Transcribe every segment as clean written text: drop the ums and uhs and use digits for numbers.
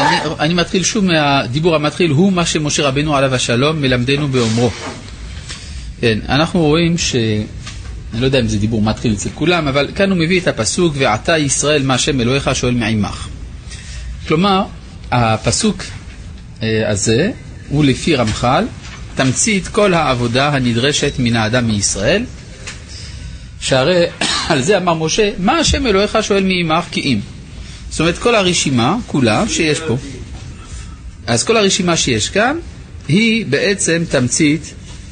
אני מתחיל שוב מהדיבור המתחיל, הוא מה שמשה רבנו עליו השלום מלמדנו באומרו. כן, אנחנו רואים אני לא יודע אם זה דיבור מתחיל אצל כולם, אבל כאן הוא מביא את הפסוק, ועתה ישראל מה השם אלוהיך שואל מעמך. כלומר, הפסוק הזה הוא לפי רמח"ל, תמצית כל העבודה הנדרשת מן האדם מישראל, שהרי על זה אמר משה, מה השם אלוהיך שואל מעמך כי אם. זאת אומרת, כל הרשימה, כולה שיש פה, אז כל הרשימה שיש כאן, היא בעצם תמצית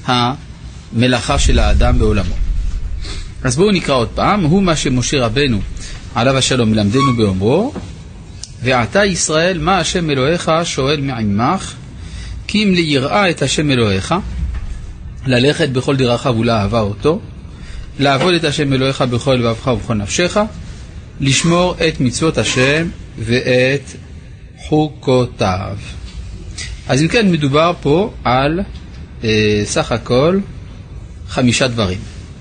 המלאכה של האדם בעולמו. אז בואו נקרא עוד פעם, הוא מה שמשה רבנו עליו השלום מלמדנו באומרו, ועתה ישראל מה השם אלוהיך שואל מעמך, כי אם ליראה את השם אלוהיך, ללכת בכל דרכיו ולאהבה אותו, לעבוד את השם אלוהיך בכל לבבך ובכל נפשך, לשמור את מצוות השם ואת חוקותיו. אז אם כן מדובר פה על סך הכל 5 דברים.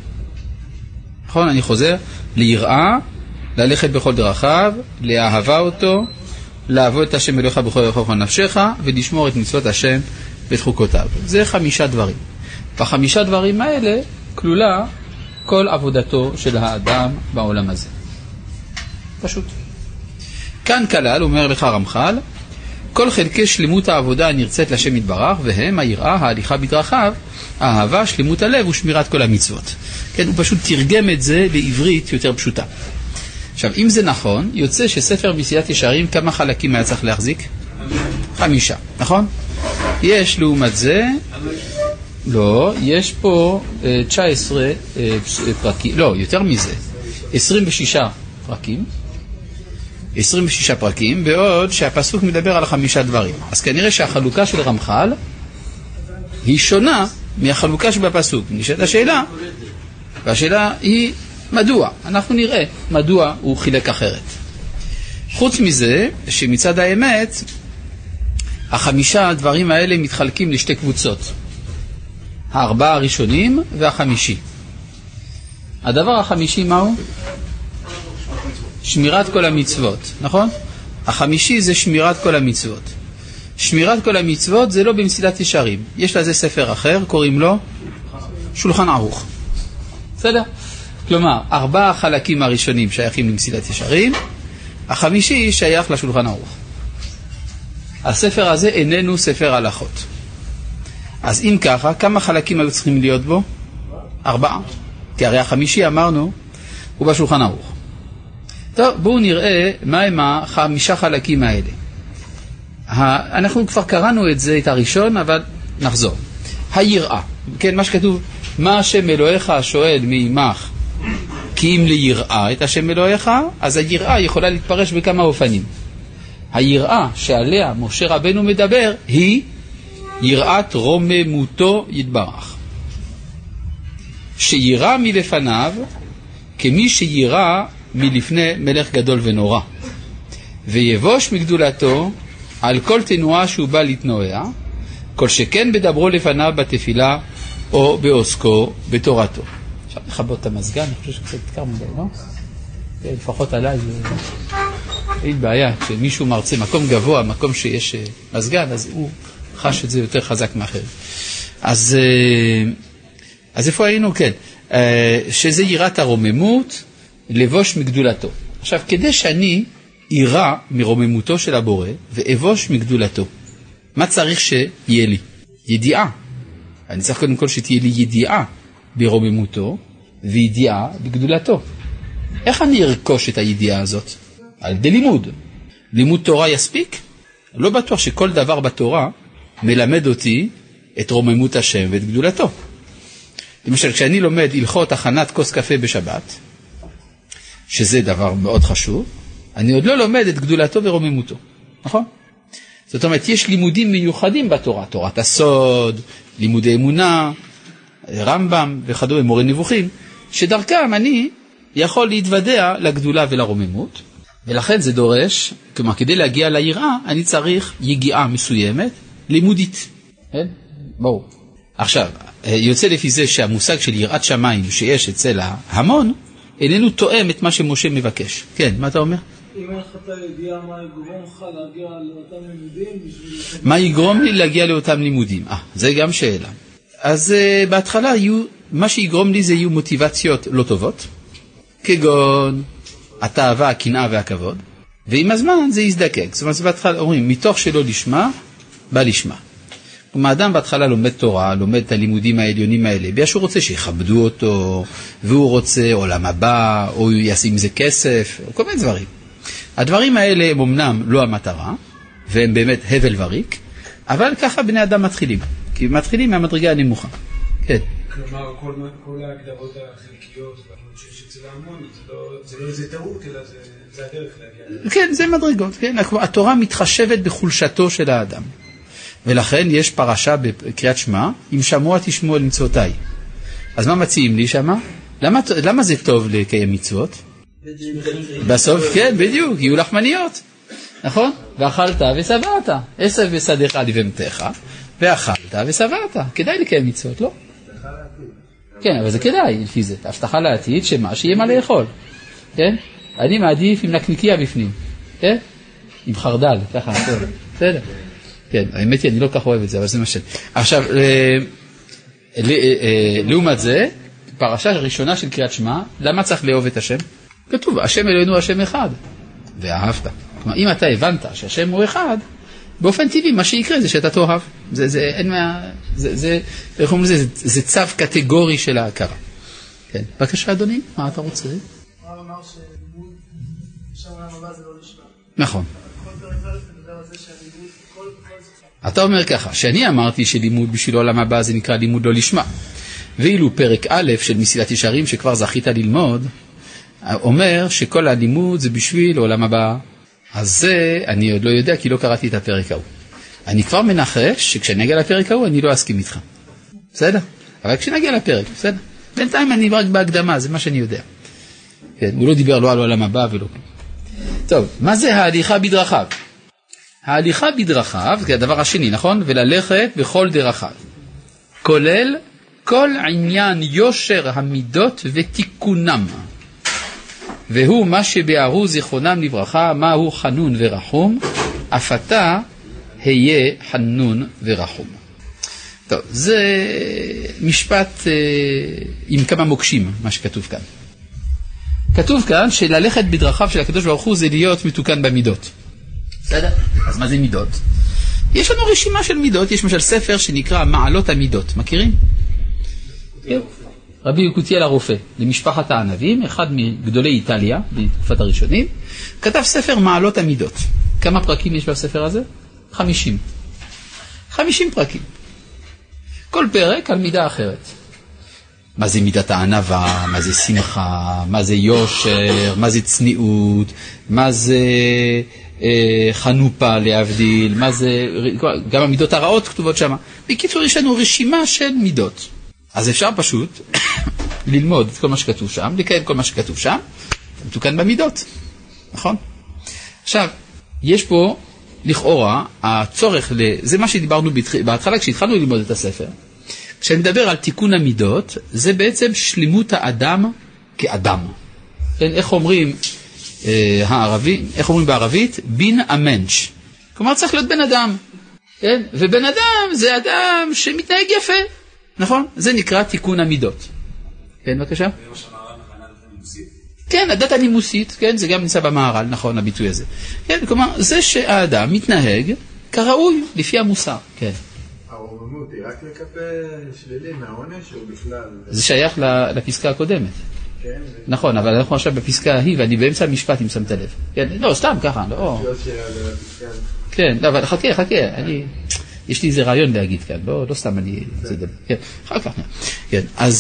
נכון? אני חוזר, ליראה, ללכת בכל דרכיו, לאהבה אותו, לעבוד את השם אלוהיך בכל לבבך ובכל נפשך, ולשמור את מצוות השם ואת חוקותיו. זה 5 דברים. ב5 דברים האלה כלולה כל עבודתו של האדם בעולם הזה. פשוט. כאן כלל, אומר לך רמח"ל, כל חלקי שלמות העבודה הנרצית לשם יתברך, והם היראה, ההליכה בדרכיו, האהבה, שלמות הלב ושמירת כל המצוות. כן, הוא פשוט תרגם את זה לעברית יותר פשוטה. עכשיו, אם זה נכון, יוצא שספר מסילת ישרים, כמה חלקים היה צריך להחזיק? 5, נכון? יש לעומת זה, לא, יש פה 19 פרקים, לא, יותר מזה, 26 פרקים, 26 פרקים, בעוד שהפסוק מדבר על 5 דברים. אז כנראה שהחלוקה של רמח"ל היא שונה מהחלוקה שבפסוק. נשאלת השאלה, והשאלה היא מדוע. אנחנו נראה מדוע הוא חילק אחרת. חוץ מזה, שמצד האמת, 5 הדברים האלה מתחלקים לשתי קבוצות. 4 הראשונים וה5. הדבר ה5 מהו? שמירת כל המצוות, נכון? ה5 זה שמירת כל המצוות. שמירת כל המצוות זה לא במסילת ישרים. יש לזה ספר אחר, קוראים לו שולחן ערוך. בסדר? כלומר, 4 החלקים הראשונים שייכים למסילת ישרים, ה5 שייך לשולחן ערוך. הספר הזה איננו ספר הלכות. אז אם ככה, כמה חלקים היו צריכים להיות בו? 4. כי הרי ה5 אמרנו, הוא בשולחן ערוך. טוב, בואו נראה מהם 5 חלקים האלה. אנחנו כבר קראנו את זה, את הראשון, אבל נחזור. היראה, כן, מה שכתוב, מה השם אלוהיך שואל מעמך, כי אם ליראה את השם אלוהיך, אז היראה יכולה להתפרש בכמה אופנים. היראה שעליה משה רבנו מדבר, היא יראת רוממותו יתברך. שירא מלפניו, כמי שירא מלפני מלך גדול ונורא, ויבוש מגדולתו על כל תנועה שהוא בא לתנועיה, כל שכן בדברו לפניו בתפילה או בעוסקו בתורתו. אפשר לכבות את המזגן, אני חושב שקצת קר מדי, לא? לפחות עליי אין בעיה, כשמישהו מרצה מקום גבוה, מקום שיש מזגן, אז הוא חש את זה יותר חזק מאחר. אז איפה היינו? כן, שזה יראת הרוממות, לבוש מגדולתו. עכשיו, כדי שאני ירא מרוממותו של הבורא ואבוש מגדולתו, מה צריך שיהיה לי? ידיעה. אני צריך קודם כל שתהיה לי ידיעה ברוממותו וידיעה בגדולתו. איך אני ארכוש את הידיעה הזאת? על ידי לימוד. לימוד תורה יספיק? לא בטוח שכל דבר בתורה מלמד אותי את רוממות השם ואת גדולתו. למשל, כשאני לומד הלכות הכנת כוס קפה בשבת, שזה דבר מאוד חשוב, אני עוד לא לומד את גדולתו ורוממותו, נכון? זאת אומרת, יש לימודים מיוחדים בתורה, תורת הסוד, לימודי אמונה, רמב"ם וכדומה, מורה נבוכים, שדרכם אני יכול להתוודע לגדולה ולרוממות, ולכן זה דורש, כלומר, כדי להגיע ליראה, אני צריך יגיעה מסוימת, לימודית. כן? בואו. עכשיו, יוצא לפי זה שהמושג של יראת שמיים שיש אצל ההמון, איננו תואם את מה שמשה מבקש. כן, מה אתה אומר? אם אין לך את הידיעה מה יגרום לך להגיע לאותם לימודים? מה יגרום לי להגיע לאותם לימודים? זה גם שאלה. אז בהתחלה מה שיגרום לי זה יהיו מוטיבציות לא טובות, כגון התאווה, הקנאה והכבוד, ועם הזמן זה יזדקק. זאת אומרת, בהתחלה אומרים, מתוך שלא לשמה, בא לשמה. כלומר, האדם בהתחלה לומד תורה, לומד את הלימודים העליונים האלה, בגלל שהוא רוצה שיכבדו אותו, והוא רוצה עולם הבא, או ישים עם זה כסף, או כל מיני דברים. הדברים האלה הם אמנם לא המטרה, והם באמת הבל וריק, אבל ככה בני אדם מתחילים, כי מתחילים מהמדרגה הנמוכה. כן. כלומר, כל ההגדרות החלקיות, שיש אצל ההמון, זה לא איזה טעות, אלא זה הדרך להגיע. כן, זה מדרגות, כן. התורה מתחשבת בחולשתו של האדם. ולכן יש פרשה בקריאת שמע, אם שמוע תשמעו על מצוותיי. אז מה מציעים לי שמה? למה זה טוב לקיים מצוות? בסוף, כן, בדיוק, יהיו לחמניות. נכון? ואכלת ושבעת. עשב ושדך לבהמתך, ואכלת ושבעת. כדאי לקיים מצוות, לא? כן, אבל זה כדאי, לפי זה. הבטחה לעתיד שמה שיהיה מה לאכול. כן? אני מעדיף עם נקניקיה בפנים. כן? עם חרדל, ככה, בסדר. כן, האמת היא, אני לא כך אוהב את זה, אבל זה מה עכשיו, לעומת זה, פרשה הראשונה של קריאת שמע, למה צריך לאהוב את השם? כתוב, השם אלוהינו השם אחד, ואהבת. כלומר, אם אתה הבנת שהשם הוא אחד, באופן טבעי, מה שיקרה זה שאתה תאהב. זה צו קטגורי של ההכרה. כן, בבקשה אדוני, מה אתה רוצה? הוא אמר שלימוד, שם עולם הבא זה לא נשמע. נכון. כל פרק א' מדבר על זה שהלימוד, כל זה. אתה אומר ככה, שאני אמרתי שלימוד בשביל עולם הבא זה נקרא לימוד לא לשמה. ואילו פרק א' של מסילת ישרים שכבר זכית ללמוד, אומר שכל הלימוד זה בשביל עולם הבא. אז זה אני עוד לא יודע כי לא קראתי את הפרק ההוא. אני כבר מנחש שכשאני אגיע לפרק ההוא אני לא אסכים איתך. בסדר? אבל כשנגיע לפרק, בסדר? בינתיים אני רק בהקדמה, זה מה שאני יודע. כן, הוא לא דיבר לא על עולם הבא ולא. טוב, מה זה ההליכה בדרכיו? ההליכה בדרכיו, זה הדבר השני, נכון? וללכת בכל דרכיו. כולל כל עניין יושר המידות ותיקונם. והוא מה שבערו זיכרונם לברכה, מהו חנון ורחום, אף אתה היה חנון ורחום. טוב, זה משפט עם כמה מוקשים, מה שכתוב כאן. כתוב כאן שללכת בדרכיו של הקדוש ברוך הוא זה להיות מתוקן במידות. בסדר? אז מה זה מידות? יש לנו רשימה של מידות, יש למשל ספר שנקרא מעלות המידות, מכירים? כן. רבי יקותיאל הרופא, למשפחת הענבים, אחד מגדולי איטליה, בתקופת הראשונים, כתב ספר מעלות המידות. כמה פרקים יש בספר הזה? 50. 50 פרקים. כל פרק על מידה אחרת. מה זה מידת הענווה, מה זה שמחה, מה זה יושר, מה זה צניעות, מה זה חנופה להבדיל, מה זה, גם המידות הרעות כתובות שם. בקיצור, יש לנו רשימה של מידות. אז אפשר פשוט ללמוד את כל מה שכתוב שם, לקיים כל מה שכתוב שם, מתוקן במידות, נכון? עכשיו, יש פה לכאורה הצורך, זה מה שדיברנו בהתחלה כשהתחלנו ללמוד את הספר. כשאני מדבר על תיקון המידות, זה בעצם שלמות האדם כאדם. כן, איך אומרים איך אומרים בערבית? בין המנש. כלומר צריך להיות בן אדם. כן? ובן אדם זה אדם שמתנהג יפה. נכון? זה נקרא תיקון המידות. כן, בבקשה? כן, הדת הנימוסית, כן, זה גם נמצא במהר"ל, נכון, הביטוי הזה. כן, כלומר, זה שהאדם מתנהג כראוי, לפי המוסר. כן. הרוממות היא רק לקפה שלילי מהעונש או בכלל? זה שייך לפסקה הקודמת. כן. נכון, אבל אנחנו עכשיו בפסקה ההיא, ואני באמצע המשפט אם שמת לב. כן, לא, סתם ככה, לא. כן, לא, אבל חכה, יש לי איזה רעיון להגיד כאן, לא סתם אני... כן, אחר כך. כן,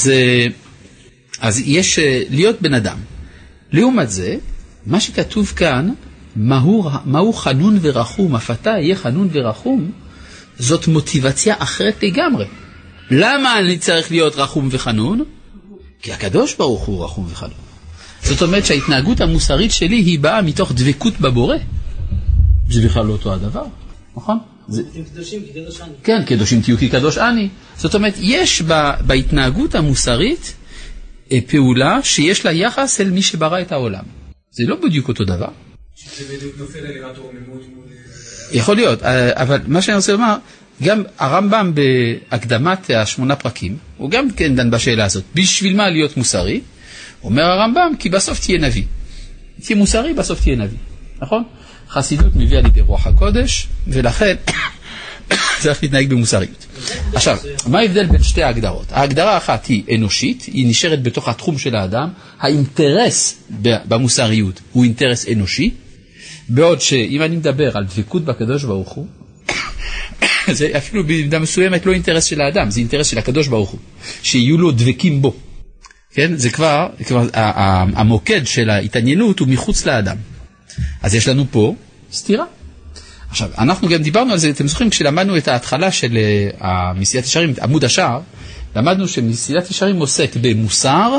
אז יש להיות בן אדם. לעומת זה, מה שכתוב כאן, מהו חנון ורחום, אף אתה יהיה חנון ורחום, זאת מוטיבציה אחרת לגמרי. למה אני צריך להיות רחום וחנון? כי הקדוש ברוך הוא רחום וחנון. זאת אומרת שההתנהגות המוסרית שלי היא באה מתוך דבקות בבורא. זה בכלל לא אותו הדבר, נכון? קדושים כי קדוש אני. כן, קדושים תהיו כי קדוש אני. זאת אומרת, יש בהתנהגות המוסרית פעולה שיש לה יחס אל מי שברא את העולם. זה לא בדיוק אותו דבר. שזה בדיוק נופל עלירת רוממות מול... יכול להיות, אבל מה שאני רוצה לומר, גם הרמב"ם בהקדמת 8 פרקים, הוא גם כן דן בשאלה הזאת. בשביל מה להיות מוסרי? אומר הרמב"ם, כי בסוף תהיה נביא. תהיה מוסרי, בסוף תהיה נביא. נכון? חסידות מביאה לידי רוח הקודש, ולכן צריך להתנהג במוסריות. עכשיו, מה ההבדל בין שתי ההגדרות? ההגדרה האחת היא אנושית, היא נשארת בתוך התחום של האדם, האינטרס במוסריות הוא אינטרס אנושי, בעוד שאם אני מדבר על דבקות בקדוש ברוך הוא, זה אפילו במידה מסוימת לא אינטרס של האדם, זה אינטרס של הקדוש ברוך הוא, שיהיו לו דבקים בו. כן? זה כבר המוקד של ההתעניינות הוא מחוץ לאדם. אז יש לנו פה סתירה. עכשיו, אנחנו גם דיברנו על זה, אתם זוכרים, כשלמדנו את ההתחלה של מסילת ישרים, עמוד השער, למדנו שמסילת ישרים עוסק במוסר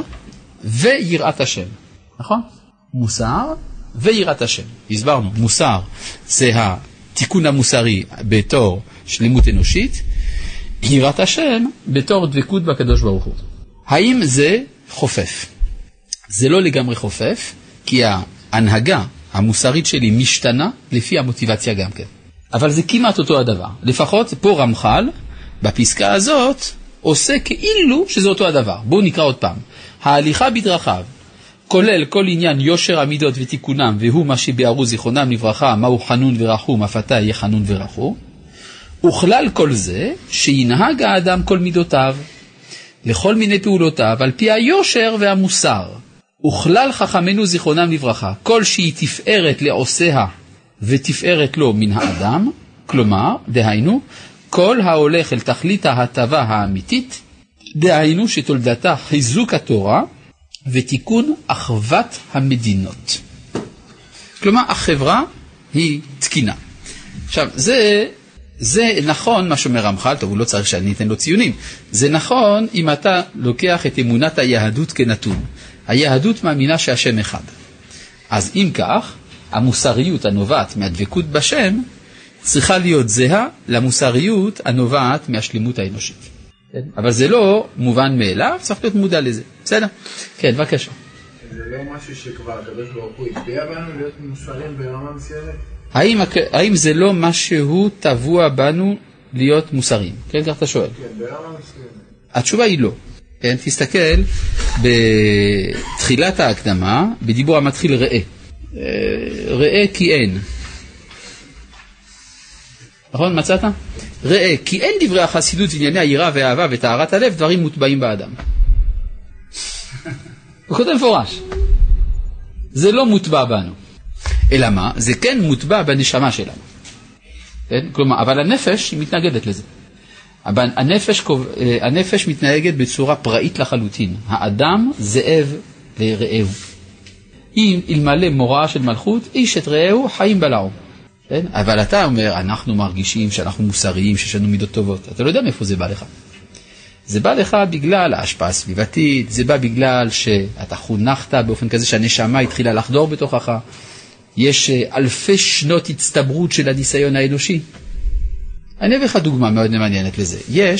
ויראת השם. נכון? מוסר ויראת השם. הסברנו, מוסר זה התיקון המוסרי בתור שלמות אנושית, יראת השם בתור דבקות בקדוש ברוך הוא. האם זה חופף? זה לא לגמרי חופף, כי ההנהגה המוסרית שלי משתנה לפי המוטיבציה גם כן. אבל זה כמעט אותו הדבר. לפחות פה רמח"ל, בפסקה הזאת, עושה כאילו שזה אותו הדבר. בואו נקרא עוד פעם. ההליכה בדרכיו, כולל כל עניין יושר המידות ותיקונם, והוא מה שביארו זיכרונם לברכה, מהו חנון ורחום, אף אתה יהיה חנון ורחום, וכלל כל זה, שינהג האדם כל מידותיו, לכל מיני פעולותיו, על פי היושר והמוסר. וכלל חכמנו זיכרונם לברכה, כל שהיא תפארת לעושיה ותפארת לו מן האדם, כלומר, דהיינו, כל ההולך אל תכלית ההטבה האמיתית, דהיינו שתולדתה חיזוק התורה ותיקון אחוות המדינות. כלומר, החברה היא תקינה. עכשיו, זה נכון מה שאומר רמח"ל, טוב, הוא לא צריך שאני אתן לו ציונים. זה נכון אם אתה לוקח את אמונת היהדות כנתון. היהדות מאמינה שהשם אחד. אז אם כך, המוסריות הנובעת מהדבקות בשם צריכה להיות זהה למוסריות הנובעת מהשלימות האנושית. כן? אבל זה לא מובן מאליו, צריך להיות מודע לזה. בסדר? כן, בבקשה. זה לא משהו שכבר הקדוש ברוך הוא השפיע בנו להיות מוסריים ברמה מסוימת? האם זה לא משהו טבוע בנו להיות מוסריים? כן, כך אתה שואל. כן, ברמה מסוימת. התשובה היא לא. כן, תסתכל בתחילת ההקדמה, בדיבור המתחיל ראה. ראה כי אין. נכון, מצאת? ראה כי אין דברי החסידות ענייני היראה והאהבה וטהרת הלב דברים מוטבעים באדם. הוא כותב מפורש. זה לא מוטבע בנו. אלא מה? זה כן מוטבע בנשמה שלנו. כן? כלומר, אבל הנפש היא מתנגדת לזה. אבל הנפש מתנהגת בצורה פראית לחלוטין. האדם זאב לרעהו. אם אלמלא מוראה של מלכות, איש את רעהו חיים בלעו. כן? אבל אתה אומר, אנחנו מרגישים שאנחנו מוסריים, שיש לנו מידות טובות. אתה לא יודע מאיפה זה בא לך. זה בא לך בגלל ההשפעה הסביבתית, זה בא בגלל שאתה חונכת באופן כזה שהנשמה התחילה לחדור בתוכך. יש אלפי שנות הצטברות של הניסיון האנושי. אני אביא לך דוגמה מאוד מעניינת לזה.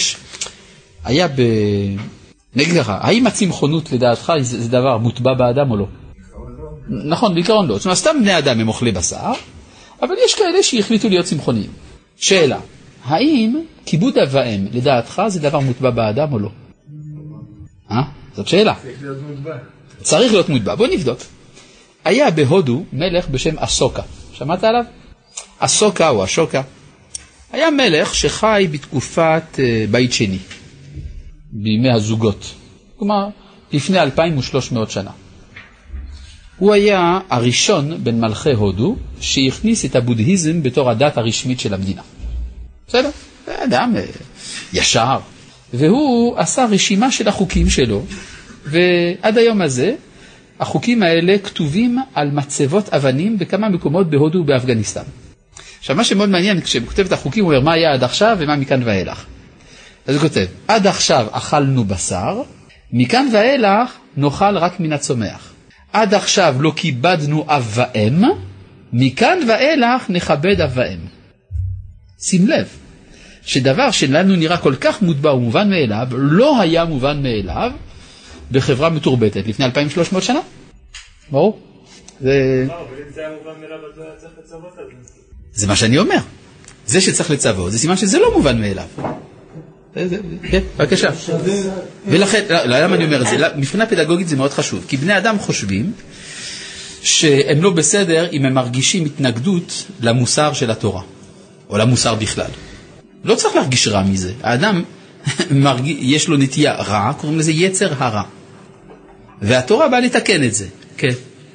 נגיד לך, האם הצמחונות לדעתך זה דבר מוטבע באדם או לא? נכון, בעיקרון לא. זאת אומרת, סתם בני אדם הם אוכלי בשר, אבל יש כאלה שהחליטו להיות צמחוניים. שאלה, האם כיבוד אב ואם לדעתך זה דבר מוטבע באדם או לא? זאת שאלה. צריך להיות מוטבע. בוא נבדוק. היה בהודו מלך בשם אסוקה. שמעת עליו? אסוקה או אשוקה. היה מלך שחי בתקופת בית שני, בימי הזוגות. כלומר, לפני 2300 שנה. הוא היה הראשון בין מלכי הודו שהכניס את הבודהיזם בתור הדת הרשמית של המדינה. בסדר? זה אדם ישר. והוא עשה רשימה של החוקים שלו, ועד היום הזה החוקים האלה כתובים על מצבות אבנים בכמה מקומות בהודו ובאפגניסטן. עכשיו, מה שמאוד מעניין, כשהוא כותב את החוקים, הוא אומר מה היה עד עכשיו ומה מכאן ואילך. אז הוא כותב, עד עכשיו אכלנו בשר, מכאן ואילך נאכל רק מן הצומח. עד עכשיו לא כיבדנו אב ואם, מכאן ואילך נכבד אב ואם. שים לב, שדבר שלנו נראה כל כך מוטבע ומובן מאליו, לא היה מובן מאליו בחברה מתורבתת לפני 2300 שנה. ברור? זה מה שאני אומר. זה שצריך לצוות, זה סימן שזה לא מובן מאליו. כן, בבקשה. ולכן, למה אני אומר את זה? מבחינה פדגוגית זה מאוד חשוב, כי בני אדם חושבים שהם לא בסדר אם הם מרגישים התנגדות למוסר של התורה, או למוסר בכלל. לא צריך להרגיש רע מזה. האדם יש לו נטייה רע, קוראים לזה יצר הרע. והתורה באה לתקן את זה. כן.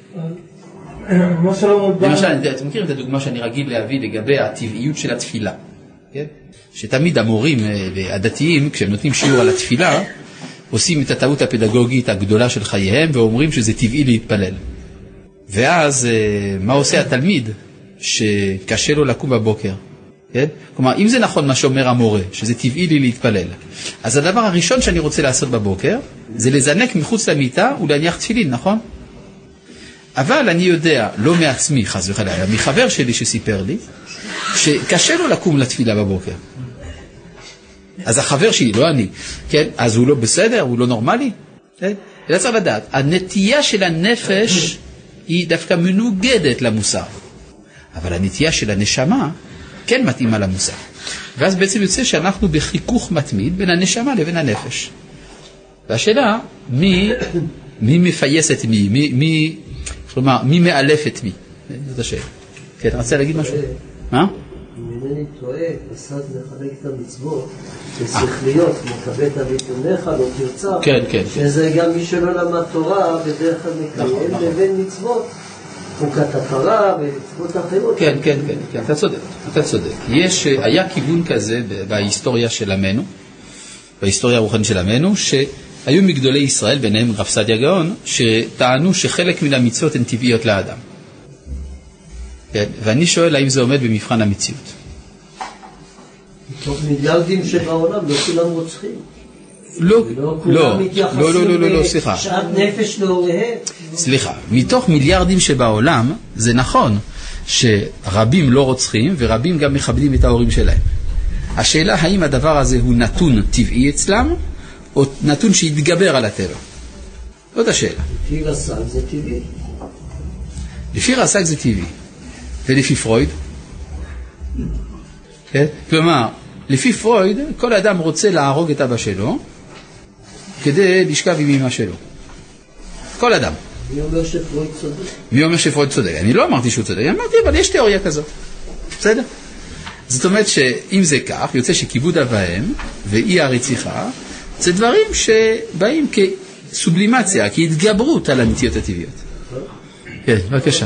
למשל, אתם מכירים את הדוגמה שאני רגיל להביא לגבי הטבעיות של התפילה? כן? שתמיד המורים הדתיים, כשהם נותנים שיעור על התפילה, עושים את הטעות הפדגוגית הגדולה של חייהם, ואומרים שזה טבעי להתפלל. ואז מה עושה התלמיד שקשה לו לקום בבוקר? כן? כלומר, אם זה נכון מה שאומר המורה, שזה טבעי לי להתפלל, אז הדבר הראשון שאני רוצה לעשות בבוקר, זה לזנק מחוץ למיטה ולהניח תפילין, נכון? אבל אני יודע, לא מעצמי, חס וחלילה, מחבר שלי שסיפר לי, שקשה לו לקום לתפילה בבוקר. אז החבר שלי, לא אני, כן? אז הוא לא בסדר, הוא לא נורמלי? כן? אלא צריך לדעת, הנטייה של הנפש היא דווקא מנוגדת למוסר. אבל הנטייה של הנשמה כן מתאימה למוסר. ואז בעצם יוצא שאנחנו בחיכוך מתמיד בין הנשמה לבין הנפש. והשאלה, מי מפייס את מי? כלומר, מי מאלף את מי? זאת השאלה. כן, אתה רוצה להגיד משהו? מה? אם אינני טועה, פסק לחלק את המצוות ששכליות, מקבל את אביתונך, לא תרצה. כן, כן. שזה גם מי שלא למד תורה בדרך כלל מקיים, לבין מצוות. חוקת הפרה ומצוות אחרות. כן, אתה צודק. היה כיוון כזה בהיסטוריה של עמנו, בהיסטוריה הרוחנית של עמנו, שהיו מגדולי ישראל, ביניהם רב סעדיה גאון, שטענו שחלק מן המצוות הן טבעיות לאדם. כן, ואני שואל האם זה עומד במבחן המציאות. מתוך מיליארדים שבעולם לא כולם רוצחים. לא, סליחה. שעת נפש להוריהם. סליחה, מתוך מיליארדים שבעולם, זה נכון שרבים לא רוצחים ורבים גם מכבדים את ההורים שלהם. השאלה האם הדבר הזה הוא נתון טבעי אצלם, או נתון שיתגבר על הטבע. זאת השאלה. לפי רס"ג זה טבעי. לפי רס"ג זה טבעי. ולפי פרויד? כן? כלומר, לפי פרויד, כל אדם רוצה להרוג את אבא שלו, כדי לשכב עם אמא שלו. כל אדם. מי אומר שפרויד צודק? אני לא אמרתי שהוא צודק, אני אמרתי, אבל יש תיאוריה כזאת. בסדר? זאת אומרת שאם זה כך, יוצא שכיבוד אב ואם ואי הרציחה, זה דברים שבאים כסובלימציה, כהתגברות על הנטיות הטבעיות. כן, בבקשה.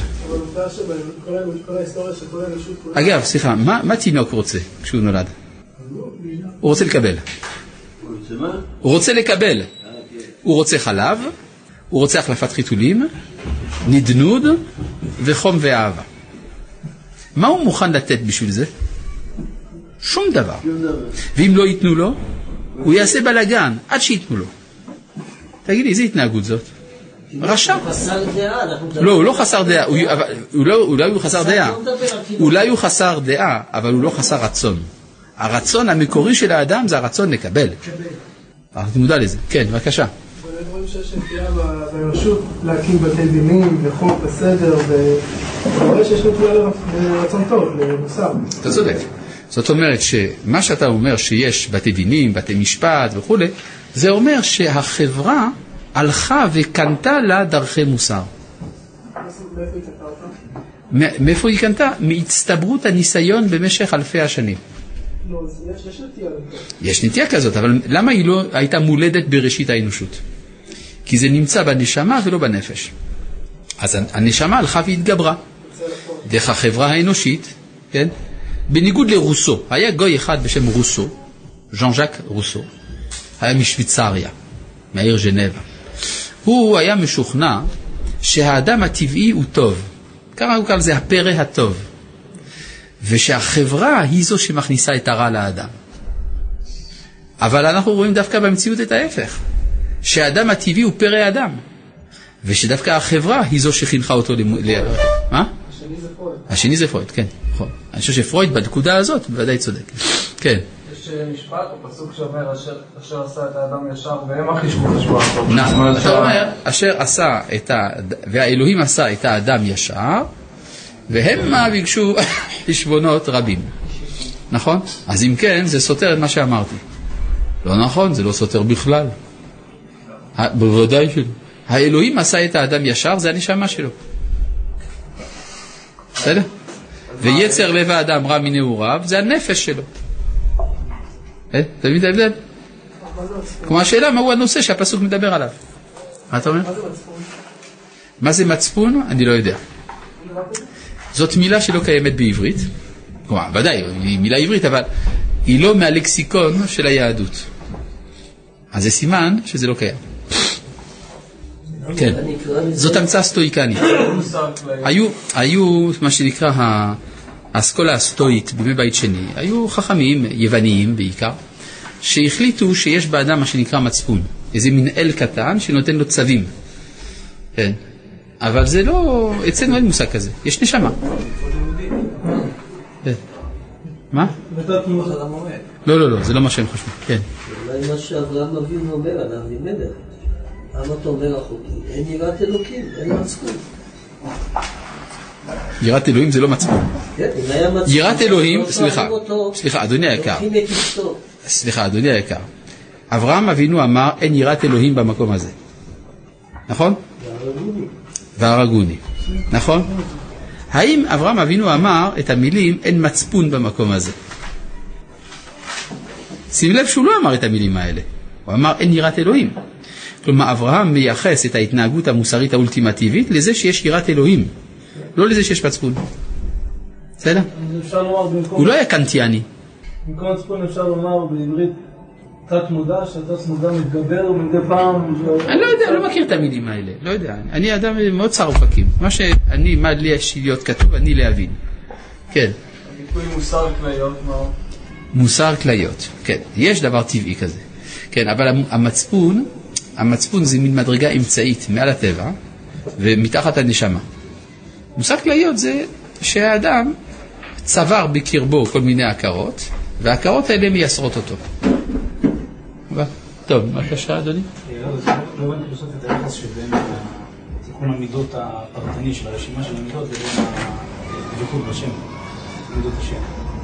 אגב, סליחה, מה תינוק רוצה כשהוא נולד? הוא רוצה לקבל. הוא רוצה לקבל. הוא רוצה חלב, הוא רוצה החלפת חיתולים, נדנוד וחום ואהבה. מה הוא מוכן לתת בשביל זה? שום דבר. ואם לא ייתנו לו, הוא יעשה בלגן עד שיתנו לו. תגיד לי, איזה התנהגות זאת? רשע. לא, הוא לא חסר דעה. אולי הוא חסר דעה. אולי הוא חסר דעה, אבל הוא לא חסר רצון. הרצון המקורי של האדם זה הרצון לקבל. אתה מודע לזה. כן, בבקשה. אני רואה שיש נטייה ברשות להקים בתי דינים וחוק בסדר, ורואה שיש נטייה לרצון טוב, למוסר. אתה צודק. זאת אומרת שמה שאתה אומר שיש בתי דינים, בתי משפט וכו', זה אומר שהחברה הלכה וקנתה לה דרכי מוסר. מאיפה היא קנתה? מהצטברות הניסיון במשך אלפי השנים. לא, יש נטייה. יש נטייה כזאת, אבל למה היא לא הייתה מולדת בראשית האנושות? כי זה נמצא בנשמה ולא בנפש. אז הנשמה הלכה והתגברה דרך החברה האנושית, כן? בניגוד לרוסו, היה גוי אחד בשם רוסו, ז'אן ז'אק רוסו, היה משוויצריה, מהעיר ז'נבה. הוא היה משוכנע שהאדם הטבעי הוא טוב, ככה הוא קרא לזה הפרא הטוב, ושהחברה היא זו שמכניסה את הרע לאדם. אבל אנחנו רואים דווקא במציאות את ההפך, שהאדם הטבעי הוא פרא אדם, ושדווקא החברה היא זו שחינכה אותו מה? השני זה פרויד. השני זה פרויד, כן. אני חושב שפרויד בנקודה הזאת בוודאי צודק. כן. יש יש משפט או פסוק שאומר אשר עשה את האדם ישר והם החישבו חשבו הטוב. נכון, אתה אומר, והאלוהים עשה את האדם ישר, והם ביקשו חשבונות רבים. נכון? אז אם כן, זה סותר את מה שאמרתי. לא נכון, זה לא סותר בכלל. בוודאי שלא. האלוהים עשה את האדם ישר, זה הנשמה שלו. בסדר? ויצר לב האדם רע מנעוריו, זה הנפש שלו. אתה מבין את ההבדל? כמו השאלה, מהו הנושא שהפסוק מדבר עליו? מה אתה אומר? מה זה מצפון? אני לא יודע. זאת מילה שלא קיימת בעברית. כלומר, ודאי, היא מילה עברית, אבל היא לא מהלקסיקון של היהדות. אז זה סימן שזה לא קיים. כן, זאת המצאה סטואיקנית. היו מה שנקרא האסכולה הסטואית בימי בית שני, היו חכמים יווניים בעיקר, שהחליטו שיש באדם מה שנקרא מצפון, איזה מין אל קטן שנותן לו צווים. כן. אבל זה לא, אצלנו אין מושג כזה, יש נשמה. מה? לא, זה לא מה שהם חושבים. כן. אולי מה שאברהם אבינו אומר על אבימלך, למה אתה אומר החוקי? אין יראת אלוקים, אין מצפון. יראת אלוהים זה לא מצפון. יראת אלוהים, סליחה, אדוני היקר. סליחה, אדוני היקר. אברהם אבינו אמר, אין יראת אלוהים במקום הזה. נכון? והרגוני. נכון? האם אברהם אבינו אמר את המילים, אין מצפון במקום הזה? שים לב שהוא לא אמר את המילים האלה. הוא אמר, אין יראת אלוהים. כלומר, אברהם מייחס את ההתנהגות המוסרית האולטימטיבית לזה שיש יראת אלוהים. לא לזה שיש מצפון. בסדר? הוא לא היה קנטיאני. במקום מצפון אפשר לומר בעברית תת מודע, שהתת מודע מתגבר ומדי פעם... אני לא יודע, לא מכיר את המילים האלה. לא יודע. אני אדם מאוד צר אופקים. מה שאני, מה לי יש להיות כתוב, אני להבין. כן. הביטוי מוסר כליות, מה? מוסר כליות. כן. יש דבר טבעי כזה. כן, אבל המצפון זה מין מדרגה אמצעית מעל הטבע ומתחת הנשמה. מושג כליות זה שהאדם צבר בקרבו כל מיני הכרות, והכרות האלה מייסרות אותו. טוב, בבקשה אדוני. לא הבנתי בסוף את היחס שבין תיקון המידות הפרטני של הרשימה של המידות לבין הדבקות בשם, מידות השם.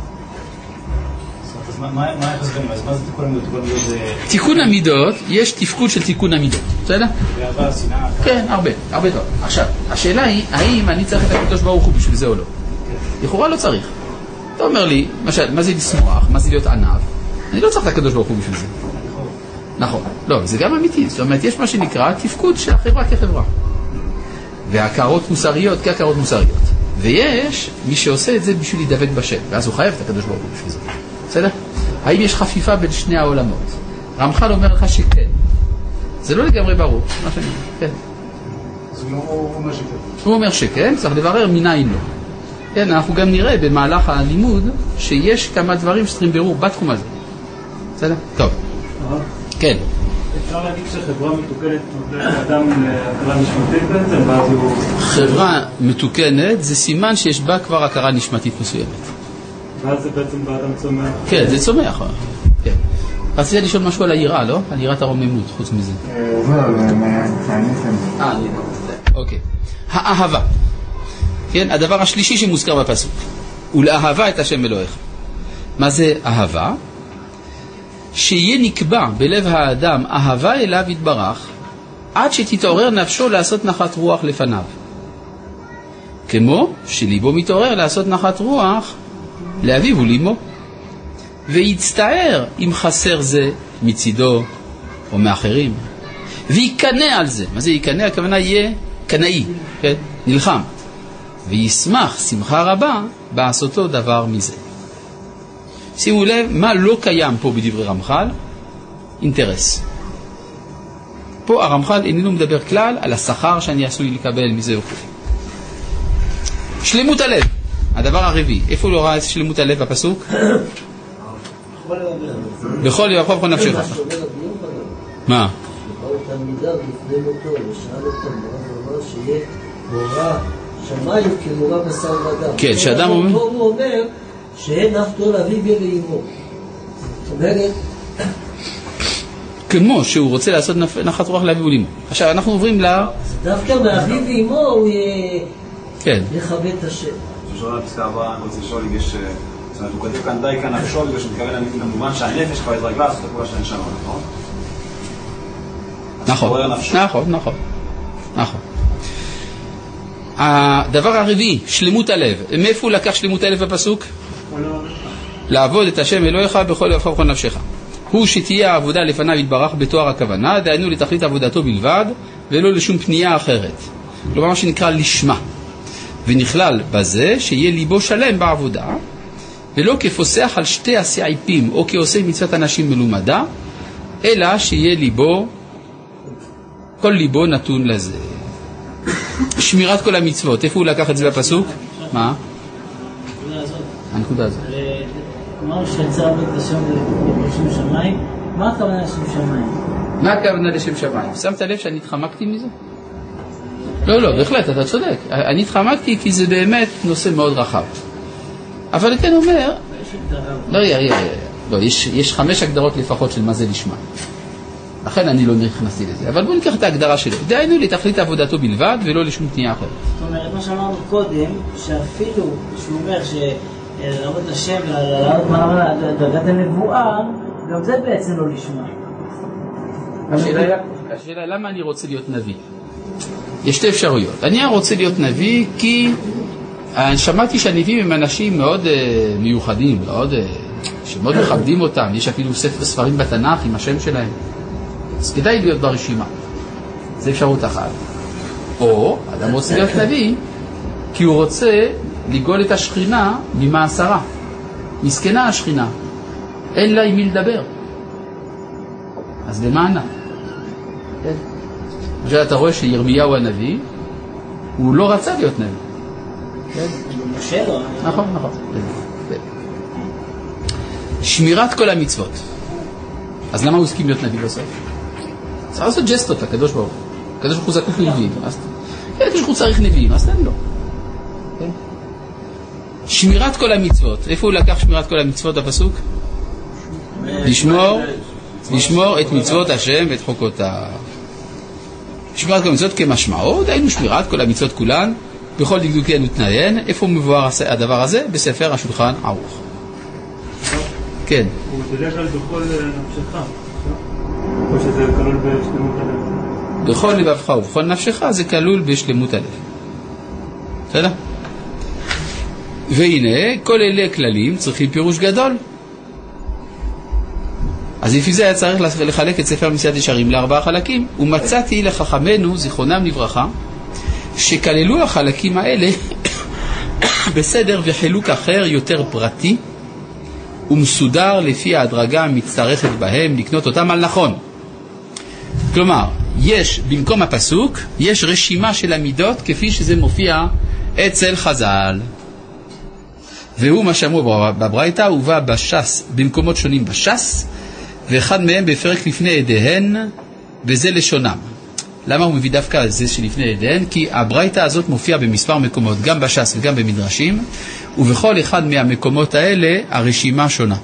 אז מה היחס בין? אז מה זה תיקון המידות? תיקון המידות, יש תפקוד של תיקון המידות, בסדר? ואהבה, שנאה. כן, הרבה טוב. עכשיו, השאלה היא, האם אני צריך את הקדוש ברוך הוא בשביל זה או לא? לכאורה לא צריך. אתה אומר לי, מה זה לשמוח? מה זה להיות ענב? אני לא צריך את הקדוש ברוך הוא בשביל זה. נכון. לא, זה גם אמיתי. זאת אומרת, יש מה שנקרא תפקוד של החברה כחברה. והכרות מוסריות כהכרות מוסריות. ויש מי שעושה את זה בשביל להידבק בשם, ואז הוא חייב את הקדוש ברוך הוא בשביל זה. בסדר? האם יש חפיפה בין שני העולמות? רמח"ל אומר לך שכן. זה לא לגמרי ברור. מה שאני אומר, כן. אז הוא אומר שכן. הוא אומר שכן, צריך לברר מניין לו. כן, אנחנו גם נראה במהלך הלימוד שיש כמה דברים שצריכים בירור בתחום הזה. בסדר? טוב. כן. אפשר להגיד שחברה מתוקנת נותנת לאדם להכרה נשמתית בעצם, ואז הוא... חברה מתוקנת זה סימן שיש בה כבר הכרה נשמתית מסוימת. ואז זה בעצם באדם צומח? כן, זה צומח. כן. רציתי לשאול משהו על היראה, לא? על יראת הרוממות, חוץ מזה. אוקיי. האהבה. כן, הדבר השלישי שמוזכר בפסוק. ולאהבה את השם אלוהיך. מה זה אהבה? שיהיה נקבע בלב האדם אהבה אליו יתברך, עד שתתעורר נפשו לעשות נחת רוח לפניו. כמו שליבו מתעורר לעשות נחת רוח לאביו ולאמו. ויצטער אם חסר זה מצידו או מאחרים. ויקנה על זה. מה זה יקנה? הכוונה יהיה קנאי, כן? נלחם. וישמח שמחה רבה בעשותו דבר מזה. שימו לב, מה לא קיים פה בדברי רמח"ל? אינטרס. פה הרמח"ל איננו מדבר כלל על השכר שאני עשוי לקבל מזה וכו'. שלמות הלב, הדבר הרביעי. איפה לא ראה שלמות הלב בפסוק? בכל יבחר בכל נפשך. מה? תלמידיו לפני מותו, ושאל אותם, הוא אמר שיהיה מורה שמיים כמורה בשר ודם. כן, שאדם אומר... הוא אומר שאין אף תול אביו ולאמו. בגד. כמו שהוא רוצה לעשות נחת רוח לאביו ולאמו. עכשיו אנחנו עוברים דווקא באביו ואמו הוא יכבד את השם. ששואל על הפסקה הבאה, אני רוצה לשאול אם יש... זאת אומרת, הוא כותב כאן די כאן נפשו, בגלל שהוא מתכוון למובן שהנפש כבר התרגלה, זאת אומרת שאני שמה, נכון? נכון. הדבר הרביעי, שלמות הלב. מאיפה הוא לקח שלמות הלב בפסוק? לעבוד את השם אלוהיך בכל לבבך ובכל נפשך. הוא שתהיה העבודה לפניו יתברך בתואר הכוונה, דהיינו לתכלית עבודתו בלבד, ולא לשום פנייה אחרת. כלומר מה שנקרא לשמה. ונכלל בזה שיהיה ליבו שלם בעבודה, ולא כפוסח על שתי הסעיפים, או כעושה מצוות אנשים מלומדה, אלא שיהיה ליבו, כל ליבו נתון לזה. שמירת כל המצוות, איפה הוא לקח את זה בפסוק? מה? הנקודה הזאת. אמרנו שיצא עבוד לשם לשם שמיים, מה הכוונה לשם שמיים? מה הכוונה לשם שמיים? שמת לב שאני התחמקתי מזה? לא, בהחלט, אתה צודק. אני התחמקתי כי זה באמת נושא מאוד רחב. אבל כן אומר... לא, יש 5 הגדרות לפחות של מה זה לשמה. לכן אני לא נכנסתי לזה. אבל בואו ניקח את ההגדרה שלו. דהיינו לתכלית עבודתו בלבד ולא לשום פנייה אחרת. זאת אומרת, מה שאמרנו קודם, שאפילו שהוא אומר לעבוד את השם ולעבוד מעלה דרגת הנבואה, גם זה בעצם לא לשמה. השאלה למה אני רוצה להיות נביא? יש 2 אפשרויות. אני רוצה להיות נביא כי שמעתי שהנביאים הם אנשים מאוד מיוחדים, שמאוד מכבדים אותם. יש אפילו ספרים בתנ"ך עם השם שלהם. אז כדאי להיות ברשימה. זה אפשרות אחת. או אדם רוצה להיות נביא כי הוא רוצה לגאול את השכינה ממאסרה. מסכנה השכינה, אין לה עם מי לדבר. אז למענה. כן. עכשיו אתה רואה שירמיהו הנביא, הוא לא רצה להיות נביא. כן. נכון. שמירת כל המצוות. אז למה הוא הסכים להיות נביא בסוף? צריך לעשות ג'סטות לקדוש ברוך הוא. הקדוש ברוך הוא זקוק לנביאים. הקדוש ברוך הוא צריך נביאים, אז תן לו. כן. שמירת כל המצוות. איפה הוא לקח שמירת כל המצוות בפסוק? לשמור את מצוות השם ואת חוקותיו. שמירת כל המצוות כמשמעו, דהיינו שמירת כל המצוות כולן, בכל דקדוקיהן ותנאיהן. איפה מבואר הדבר הזה? בספר השולחן ערוך. כן. הוא בדרך כלל בכל נפשך, או שזה כלול בשלמות הלב? בכל לבבך ובכל נפשך זה כלול בשלמות הלב. בסדר? והנה, כל אלה כללים צריכים פירוש גדול. אז לפי זה היה צריך לחלק את ספר מסילת ישרים ל4 חלקים, ומצאתי לחכמנו, זיכרונם לברכה, שכללו החלקים האלה בסדר וחילוק אחר יותר פרטי, ומסודר לפי ההדרגה המצטרכת בהם לקנות אותם על נכון. כלומר, יש במקום הפסוק, יש רשימה של המידות כפי שזה מופיע אצל חז"ל. והוא מה שאמרו בברייתא, ובא בש"ס, במקומות שונים בש"ס, ואחד מהם בפרק לפני ידיהן, וזה לשונם. למה הוא מביא דווקא על זה שלפני ידיהן? כי הברייתא הזאת מופיעה במספר מקומות, גם בש"ס וגם במדרשים, ובכל אחד מהמקומות האלה הרשימה שונה.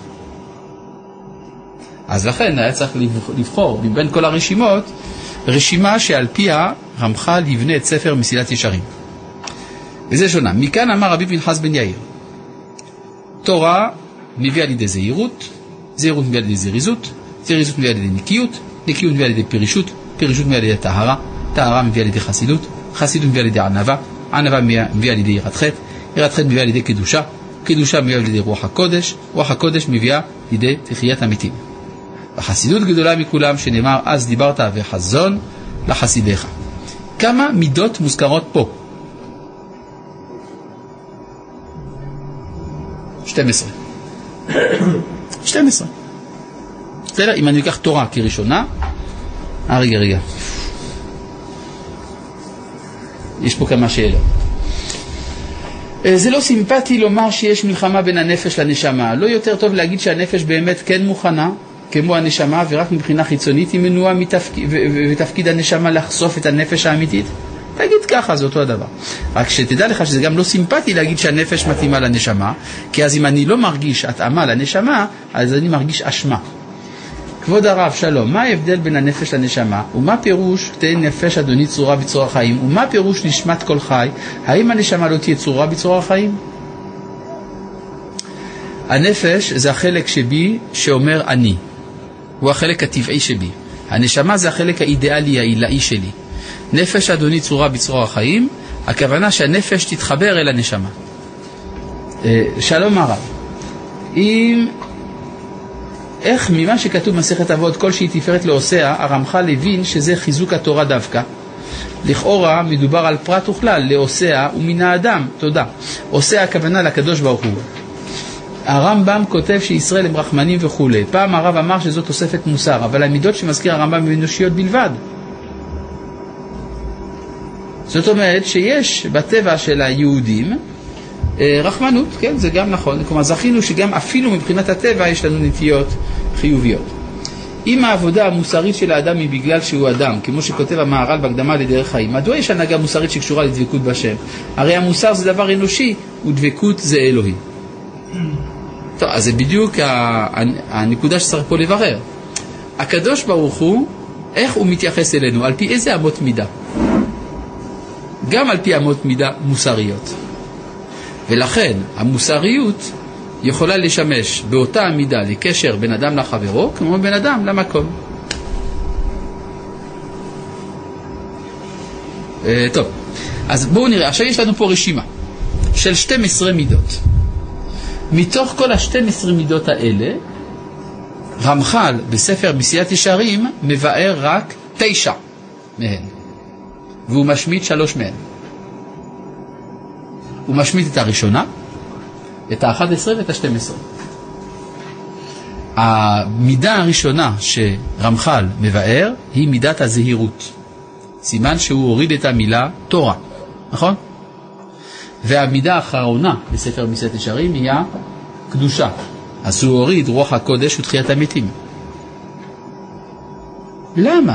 אז לכן היה צריך לבחור מבין כל הרשימות, רשימה שעל פיה רמח"ל יבנה את ספר מסילת ישרים. וזה שונה. מכאן אמר רבי פנחס בן יאיר, תורה מביאה לידי זהירות, זהירות מביאה לידי זריזות, זריזות מביאה לידי נקיות, נקיות מביאה לידי פירישות, פירישות מביאה לידי טהרה, טהרה מביאה לידי חסידות, חסידות מביאה לידי ענווה, ענווה מביאה לידי יראת חטא, יראת חטא מביאה לידי קדושה, קדושה מביאה לידי רוח הקודש, רוח הקודש מביאה לידי תחיית המתים. החסידות גדולה מכולם שנאמר אז דיברת וחזון לחסידיך. כמה מידות מוזכרות פה? 12. 12. בסדר, אם אני אקח תורה כראשונה, רגע. יש פה כמה שאלות. זה לא סימפטי לומר שיש מלחמה בין הנפש לנשמה. לא יותר טוב להגיד שהנפש באמת כן מוכנה, כמו הנשמה, ורק מבחינה חיצונית היא מנועה ותפקיד הנשמה לחשוף את הנפש האמיתית? תגיד ככה, זה אותו הדבר. רק שתדע לך שזה גם לא סימפטי להגיד שהנפש מתאימה לנשמה, כי אז אם אני לא מרגיש התאמה לנשמה, אז אני מרגיש אשמה. כבוד הרב, שלום, מה ההבדל בין הנפש לנשמה? ומה פירוש תהיה נפש אדוני צרורה בצרור החיים? ומה פירוש נשמת כל חי? האם הנשמה לא תהיה צרורה בצרור החיים? הנפש זה החלק שבי שאומר אני. הוא החלק הטבעי שבי. הנשמה זה החלק האידיאלי, העילאי שלי. נפש אדוני צרורה בצרור החיים, הכוונה שהנפש תתחבר אל הנשמה. שלום הרב, איך ממה שכתוב מסכת אבות כל שהיא תפארת לעושיה, הרמח"ל הבין שזה חיזוק התורה דווקא. לכאורה מדובר על פרט וכלל, לעושיה ומן האדם, תודה. עושיה הכוונה לקדוש ברוך הוא. הרמב"ם כותב שישראל הם רחמנים וכו'. פעם הרב אמר שזאת תוספת מוסר, אבל המידות שמזכיר הרמב"ם הם אנושיות בלבד. זאת אומרת שיש בטבע של היהודים רחמנות, כן, זה גם נכון. כלומר, זכינו שגם אפילו מבחינת הטבע יש לנו נטיות חיוביות. אם העבודה המוסרית של האדם היא בגלל שהוא אדם, כמו שכותב המהר"ל בהקדמה לדרך חיים, מדוע יש הנהגה מוסרית שקשורה לדבקות בשם? הרי המוסר זה דבר אנושי, ודבקות זה אלוהי. טוב, אז זה בדיוק הנקודה שצריך פה לברר. הקדוש ברוך הוא, איך הוא מתייחס אלינו? על פי איזה אמות מידה? גם על פי אמות מידה מוסריות. ולכן המוסריות יכולה לשמש באותה המידה לקשר בין אדם לחברו, כמו בין אדם למקום. טוב, אז בואו נראה, עכשיו יש לנו פה רשימה של 12 מידות. מתוך כל ה-12 מידות האלה, רמח"ל בספר מסיעת ישרים מבאר רק 9 מהן, והוא משמיט 3 מהן. הוא משמיט את הראשונה, את ה-11 ואת ה-12. המידה הראשונה שרמח"ל מבאר היא מידת הזהירות. סימן שהוא הוריד את המילה תורה, נכון? והמידה האחרונה בספר מסיעת ישרים היא הקדושה. אז הוא הוריד רוח הקודש ותחיית המתים. למה?